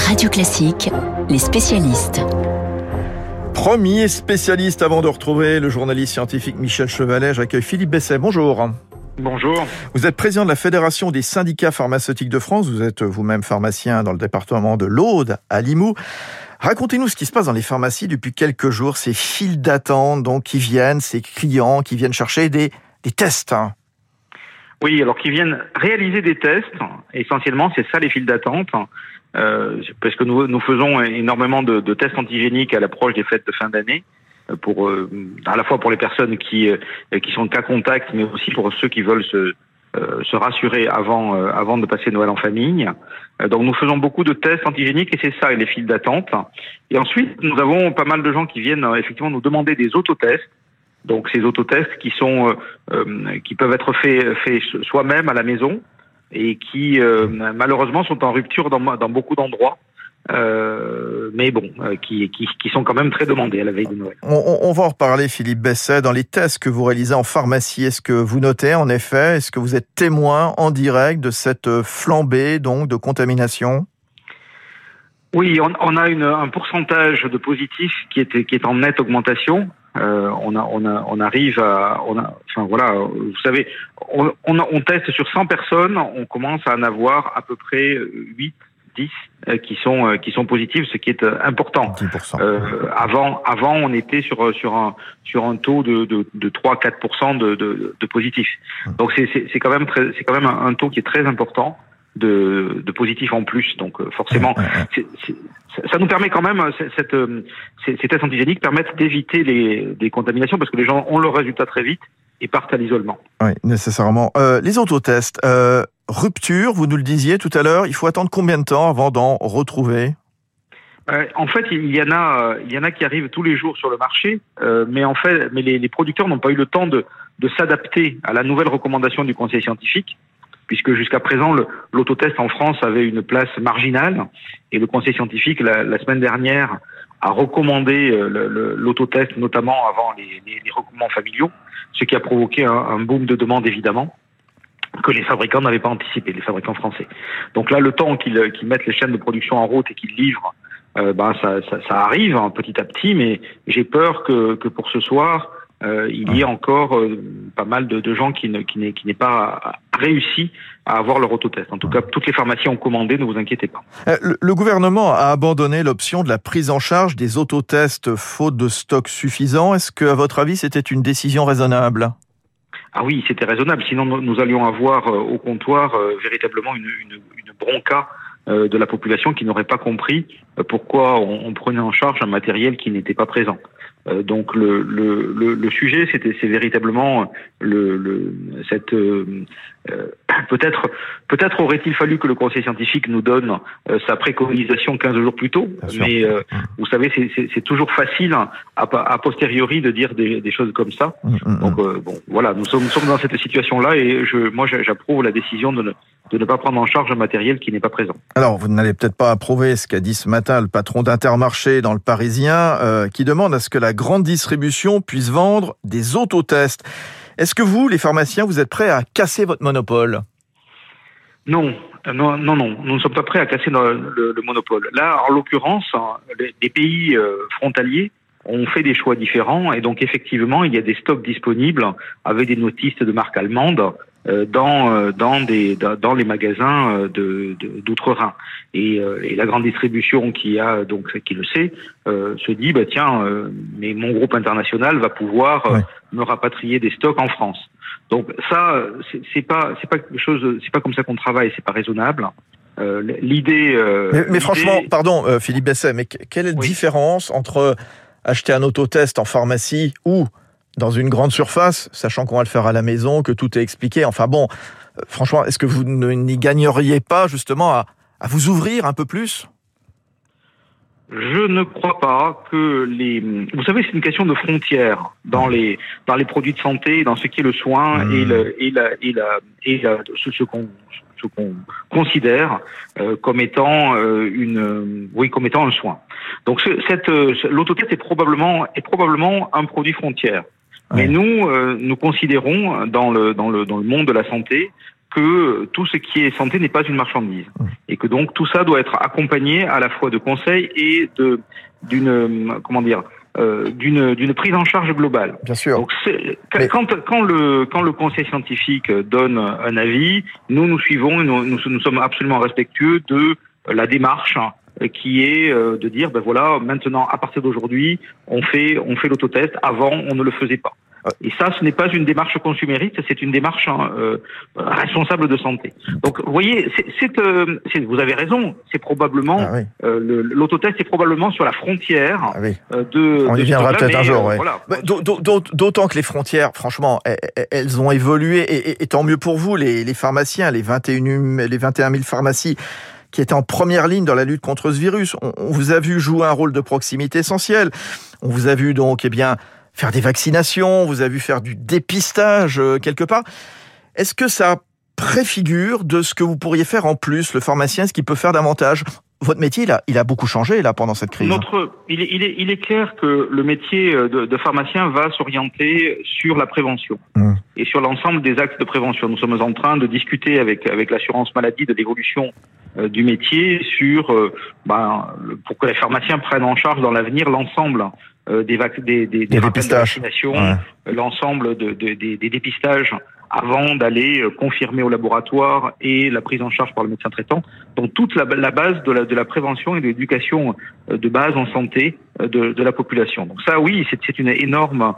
Radio Classique, les spécialistes. Premier spécialiste avant de retrouver le journaliste scientifique Michel Chevalet, j'accueille Philippe Besset. Bonjour. Bonjour. Vous êtes président de la Fédération des syndicats pharmaceutiques de France. Vous êtes vous-même pharmacien dans le département de l'Aude, à Limoux. Racontez-nous ce qui se passe dans les pharmacies depuis quelques jours, ces files d'attente donc qui viennent, ces clients qui viennent chercher des tests. Oui, alors qui viennent réaliser des tests, essentiellement c'est ça les files d'attente, parce que nous faisons énormément de tests antigéniques à l'approche des fêtes de fin d'année, pour à la fois pour les personnes qui sont cas contact, mais aussi pour ceux qui veulent se rassurer avant de passer Noël en famille. Donc nous faisons beaucoup de tests antigéniques et c'est ça les files d'attente. Et ensuite nous avons pas mal de gens qui viennent effectivement nous demander des autotests. Donc ces autotests qui peuvent être faits soi-même à la maison et qui malheureusement sont en rupture dans beaucoup d'endroits. Mais bon, qui sont quand même très demandés à la veille de Noël. On va en reparler, Philippe Besset. Dans les tests que vous réalisez en pharmacie, est-ce que vous notez en effet, est-ce que vous êtes témoin en direct de cette flambée donc de contamination ? Oui, on a un pourcentage de positifs qui est en nette augmentation. On arrive vous savez, on teste sur 100 personnes, on commence à en avoir à peu près 8, 10 qui sont positifs, ce qui est important. 10%. Avant, on était sur un taux de 3-4% de positifs. Donc c'est quand même un taux qui est très important de positifs en plus. Donc forcément, ça nous permet quand même, ces tests antigéniques permettent d'éviter des contaminations parce que les gens ont leur résultat très vite et partent à l'isolement. Oui, nécessairement. Les autotests, rupture, vous nous le disiez tout à l'heure, il faut attendre combien de temps avant d'en retrouver ? En fait, il y en a qui arrivent tous les jours sur le marché, mais les producteurs n'ont pas eu le temps de s'adapter à la nouvelle recommandation du Conseil scientifique, puisque jusqu'à présent, l'autotest en France avait une place marginale, et le Conseil scientifique, la semaine dernière, a recommandé l'autotest, notamment avant les regroupements familiaux, ce qui a provoqué un boom de demande, évidemment, que les fabricants n'avaient pas anticipé, les fabricants français. Donc là, le temps qu'ils mettent les chaînes de production en route et qu'ils livrent, ça arrive petit à petit, mais j'ai peur que pour ce soir, il y ait encore pas mal de gens qui n'aient pas réussi à avoir leur autotest. En tout cas, toutes les pharmacies ont commandé, ne vous inquiétez pas. Le gouvernement a abandonné l'option de la prise en charge des autotests faute de stock suffisant. Est-ce que, à votre avis, c'était une décision raisonnable ? Ah oui, c'était raisonnable. Sinon, nous allions avoir au comptoir véritablement une bronca de la population qui n'aurait pas compris pourquoi on prenait en charge un matériel qui n'était pas présent. Donc le sujet, c'est véritablement peut-être aurait-il fallu que le Conseil scientifique nous donne sa préconisation 15 jours plus tôt, mais vous savez, c'est toujours facile a posteriori de dire des choses comme ça. Donc voilà, nous sommes dans cette situation-là et moi j'approuve la décision de ne pas prendre en charge un matériel qui n'est pas présent. Alors, vous n'allez peut-être pas approuver ce qu'a dit ce matin le patron d'Intermarché dans Le Parisien, qui demande à ce que la grande distribution puisse vendre des autotests. Est-ce que vous, les pharmaciens, vous êtes prêts à casser votre monopole ? Non, nous ne sommes pas prêts à casser le monopole. Là, en l'occurrence, les pays frontaliers ont fait des choix différents et donc effectivement, il y a des stocks disponibles avec des notices de marque allemande dans les magasins d'outre-Rhin et la grande distribution qui le sait se dit mais mon groupe international va pouvoir me rapatrier des stocks en France. Donc ça c'est pas quelque chose, c'est pas comme ça qu'on travaille, c'est pas raisonnable. Mais franchement, pardon Philippe Besset, mais quelle est la différence entre acheter un autotest en pharmacie ou dans une grande surface, sachant qu'on va le faire à la maison, que tout est expliqué. Enfin bon, franchement, est-ce que vous n'y gagneriez pas justement à vous ouvrir un peu plus ? Je ne crois pas que vous savez, c'est une question de frontière dans les produits de santé, dans ce qui est le soin ce qu'on considère comme étant un soin. Donc l'autotest est probablement un produit frontière. Mais nous considérons dans le monde de la santé que tout ce qui est santé n'est pas une marchandise et que donc tout ça doit être accompagné à la fois de conseils et d'une prise en charge globale. Bien sûr. Donc quand le conseil scientifique donne un avis, nous suivons et nous sommes absolument respectueux de la démarche qui est de dire voilà, maintenant à partir d'aujourd'hui on fait l'autotest. Avant on ne le faisait pas. Et ça, ce n'est pas une démarche consumériste, c'est une démarche responsable de santé. Donc, vous voyez, vous avez raison, c'est probablement l'autotest est probablement sur la frontière On y viendra peut-être un jour. Voilà. D'autant que les frontières, franchement, elles ont évolué et tant mieux pour vous, les pharmaciens, les 21 000 pharmacies qui étaient en première ligne dans la lutte contre ce virus. On vous a vu jouer un rôle de proximité essentiel. On vous a vu donc, faire des vaccinations, vous avez vu faire du dépistage quelque part. Est-ce que ça préfigure de ce que vous pourriez faire en plus, le pharmacien, ce qu'il peut faire davantage? Votre métier, il a beaucoup changé là pendant cette crise. Il est clair que le métier de pharmacien va s'orienter sur la prévention et sur l'ensemble des axes de prévention. Nous sommes en train de discuter avec l'assurance maladie de l'évolution du métier sur pour que les pharmaciens prennent en charge dans l'avenir l'ensemble des dépistages, vaccinations, l'ensemble des dépistages avant d'aller confirmer au laboratoire et la prise en charge par le médecin traitant. Donc toute la base de la prévention et de l'éducation de base en santé de la population. Donc ça, oui, c'est une énorme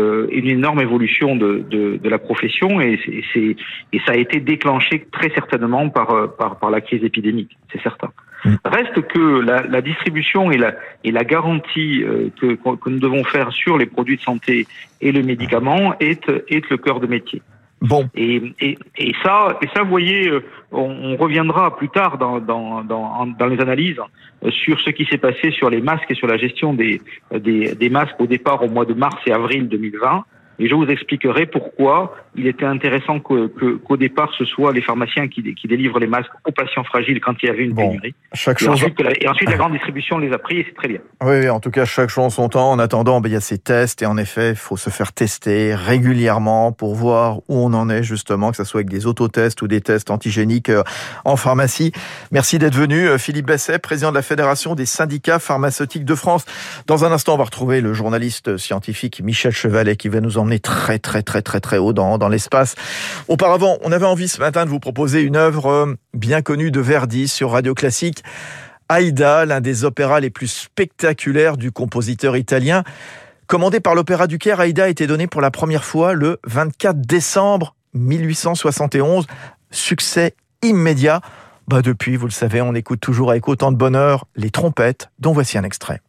évolution de la profession et ça a été déclenché très certainement par la crise épidémique, c'est certain. Reste que la distribution et la garantie que nous devons faire sur les produits de santé et le médicament est le cœur de métier. Bon. Et ça, vous voyez, on reviendra plus tard dans les analyses sur ce qui s'est passé sur les masques et sur la gestion des masques au départ au mois de mars et avril 2020. Et je vous expliquerai pourquoi il était intéressant qu'au départ, ce soit les pharmaciens qui délivrent les masques aux patients fragiles quand il y avait une pénurie. Et ensuite, la grande distribution les a pris et c'est très bien. Oui, en tout cas, chaque chose en son temps. En attendant, il y a ces tests et en effet, il faut se faire tester régulièrement pour voir où on en est justement, que ce soit avec des autotests ou des tests antigéniques en pharmacie. Merci d'être venu, Philippe Besset, président de la Fédération des syndicats pharmaceutiques de France. Dans un instant, on va retrouver le journaliste scientifique Michel Chevalet qui va nous emmener très très très très très haut dans l'espace. Auparavant, on avait envie ce matin de vous proposer une œuvre bien connue de Verdi sur Radio Classique. Aïda, l'un des opéras les plus spectaculaires du compositeur italien. Commandé par l'Opéra du Caire, Aïda a été donné pour la première fois le 24 décembre 1871. Succès immédiat. Depuis, vous le savez, on écoute toujours avec autant de bonheur les trompettes, dont voici un extrait.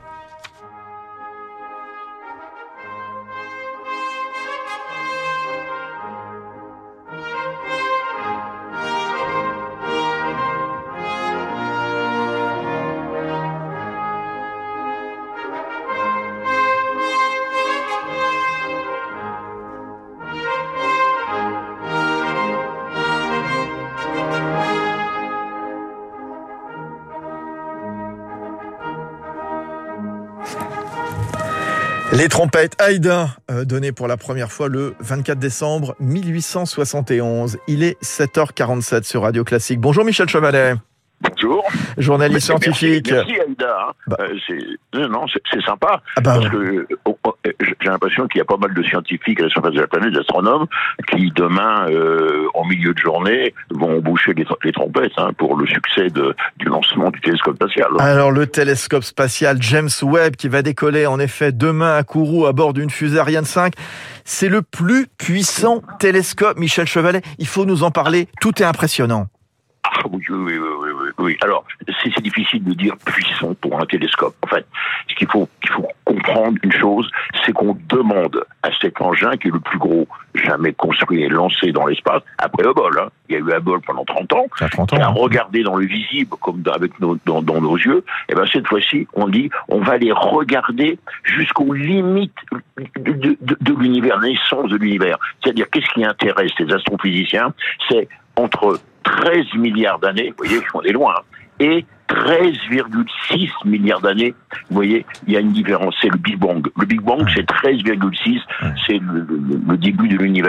Les trompettes Aïda, données pour la première fois le 24 décembre 1871. Il est 7h47 sur Radio Classique. Bonjour Michel Chevalet. Bonjour. Journaliste scientifique. Merci Aïda. C'est sympa. Parce que j'ai l'impression qu'il y a pas mal de scientifiques à la surface de la planète, d'astronomes, qui demain, en milieu de journée, vont boucher les trompettes pour le succès du lancement du télescope spatial. Alors le télescope spatial James Webb qui va décoller en effet demain à Kourou à bord d'une fusée Ariane 5. C'est le plus puissant télescope, Michel Chevalet. Il faut nous en parler. Tout est impressionnant. Ah oui. Alors, c'est difficile de dire puissant pour un télescope. En fait, ce qu'il faut comprendre une chose, c'est qu'on demande à cet engin qui est le plus gros jamais construit et lancé dans l'espace, après Hubble. Il y a eu Hubble pendant 30 ans, qui a regardé dans le visible comme dans nos yeux. Et cette fois-ci, on dit, on va les regarder jusqu'aux limites de l'univers, naissance de l'univers. C'est-à-dire, qu'est-ce qui intéresse les astrophysiciens? C'est entre 13 milliards d'années, vous voyez, on est loin, et 13,6 milliards d'années, vous voyez, il y a une différence, c'est le Big Bang. Le Big Bang, c'est 13,6, c'est le début de l'univers.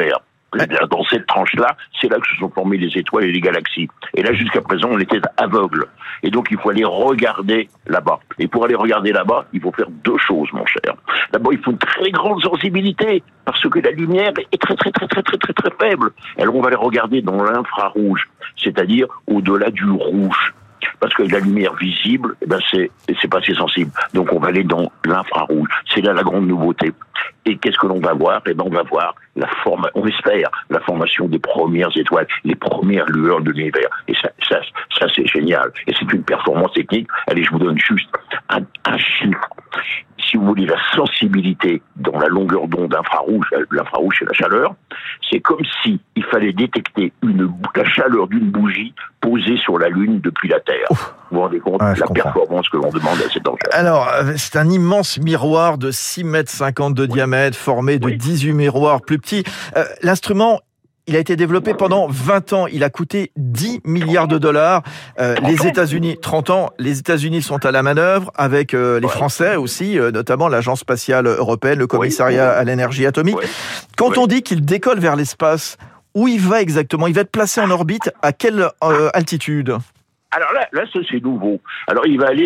Eh bien, dans cette tranche-là, c'est là que se sont formées les étoiles et les galaxies. Et là, jusqu'à présent, on était aveugle. Et donc, il faut aller regarder là-bas. Et pour aller regarder là-bas, il faut faire deux choses, mon cher. D'abord, il faut une très grande sensibilité, parce que la lumière est très faible. Alors, on va aller regarder dans l'infrarouge, c'est-à-dire au-delà du rouge. Parce que la lumière visible, eh ben c'est pas assez sensible. Donc on va aller dans l'infrarouge. C'est là la grande nouveauté. Et qu'est-ce que l'on va voir? Eh ben on va voir on espère la formation des premières étoiles, les premières lueurs de l'univers. Et ça c'est génial. Et c'est une performance technique. Allez, je vous donne juste un chiffre. Si vous voulez la sensibilité dans la longueur d'onde infrarouge, l'infrarouge c'est la chaleur, c'est comme si il fallait détecter la chaleur d'une bougie posée sur la Lune depuis la Terre. Ouf. Vous vous rendez compte la performance que l'on demande à cet engin. Alors, c'est un immense miroir de 6,50 m de diamètre, formé de 18 miroirs plus petits. L'instrument, il a été développé pendant 20 ans. Il a coûté 10 milliards de dollars. Les États-Unis, 30 ans, les États-Unis sont à la manœuvre avec les Français aussi, notamment l'Agence spatiale européenne, le commissariat à l'énergie atomique. Quand on dit qu'il décolle vers l'espace, où il va exactement? Il va être placé en orbite à quelle altitude? Alors là, ça c'est nouveau. Alors il va aller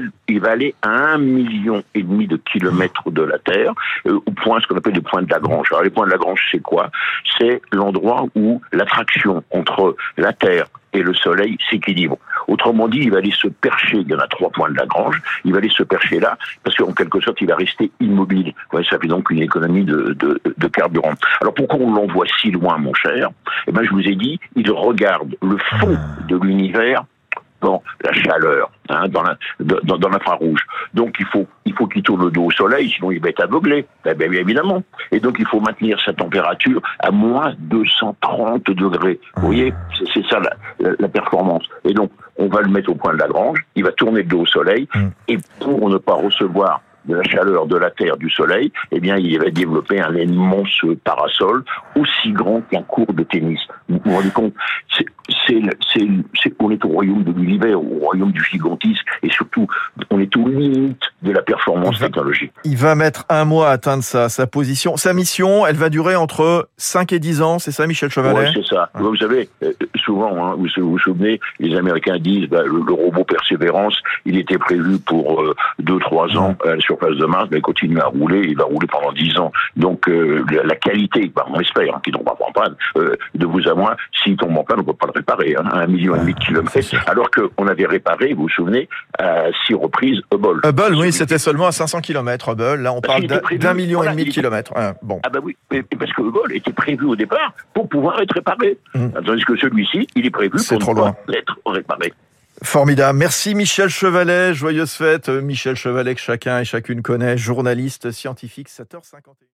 à 1,5 million de kilomètres de la Terre, au point, ce qu'on appelle les points de Lagrange. Alors les points de Lagrange, c'est quoi? C'est l'endroit où l'attraction entre la Terre et le Soleil s'équilibre. Autrement dit, il va aller se percher, il y en a 3 points de Lagrange, il va aller se percher là, parce qu'en quelque sorte, il va rester immobile. Ouais, ça fait donc une économie de carburant. Alors pourquoi on l'envoie si loin, mon cher? Eh ben, je vous ai dit, il regarde le fond de l'univers dans la chaleur, dans l'infrarouge. Donc il faut qu'il tourne le dos au soleil, sinon il va être aveuglé, bien évidemment. Et donc il faut maintenir sa température à moins 230 degrés. Vous voyez, c'est ça la performance. Et donc on va le mettre au point de Lagrange, il va tourner le dos au soleil, et pour ne pas recevoir de la chaleur de la Terre, du Soleil, eh bien, il va développer un immense parasol aussi grand qu'un court de tennis. Vous vous rendez compte? On est au royaume de l'univers, au royaume du gigantisme, et surtout, on est aux limites de la performance technologique. Il va mettre 1 mois à atteindre sa position. Sa mission, elle va durer entre 5 et 10 ans, c'est ça, Michel Chevalet? Oui, c'est ça. Vous savez, souvent, vous vous souvenez, les Américains disent, le robot Persévérance, il était prévu pour 2-3 ans à la surface de Mars, mais il continue à rouler, il va rouler pendant 10 ans. Donc, la qualité, on espère qu'il ne tombe pas en panne, de vous à moi, s'il tombe en panne, on ne peut pas le réparer, à 1,5 million de kilomètres. Alors qu'on avait réparé, vous vous souvenez, à 6 reprises Hubble. Hubble, oui, c'était seulement à 500 km, Hubble. Là, on parle d'1,5 million de kilomètres. Bon. Ah bah oui, parce que Hubble était prévu au départ pour pouvoir être réparé. Tandis que celui-ci, il est prévu pour ne pas être réparé. Formidable. Merci Michel Chevalet. Joyeuse fête. Michel Chevalet que chacun et chacune connaît, journaliste scientifique, 7h51.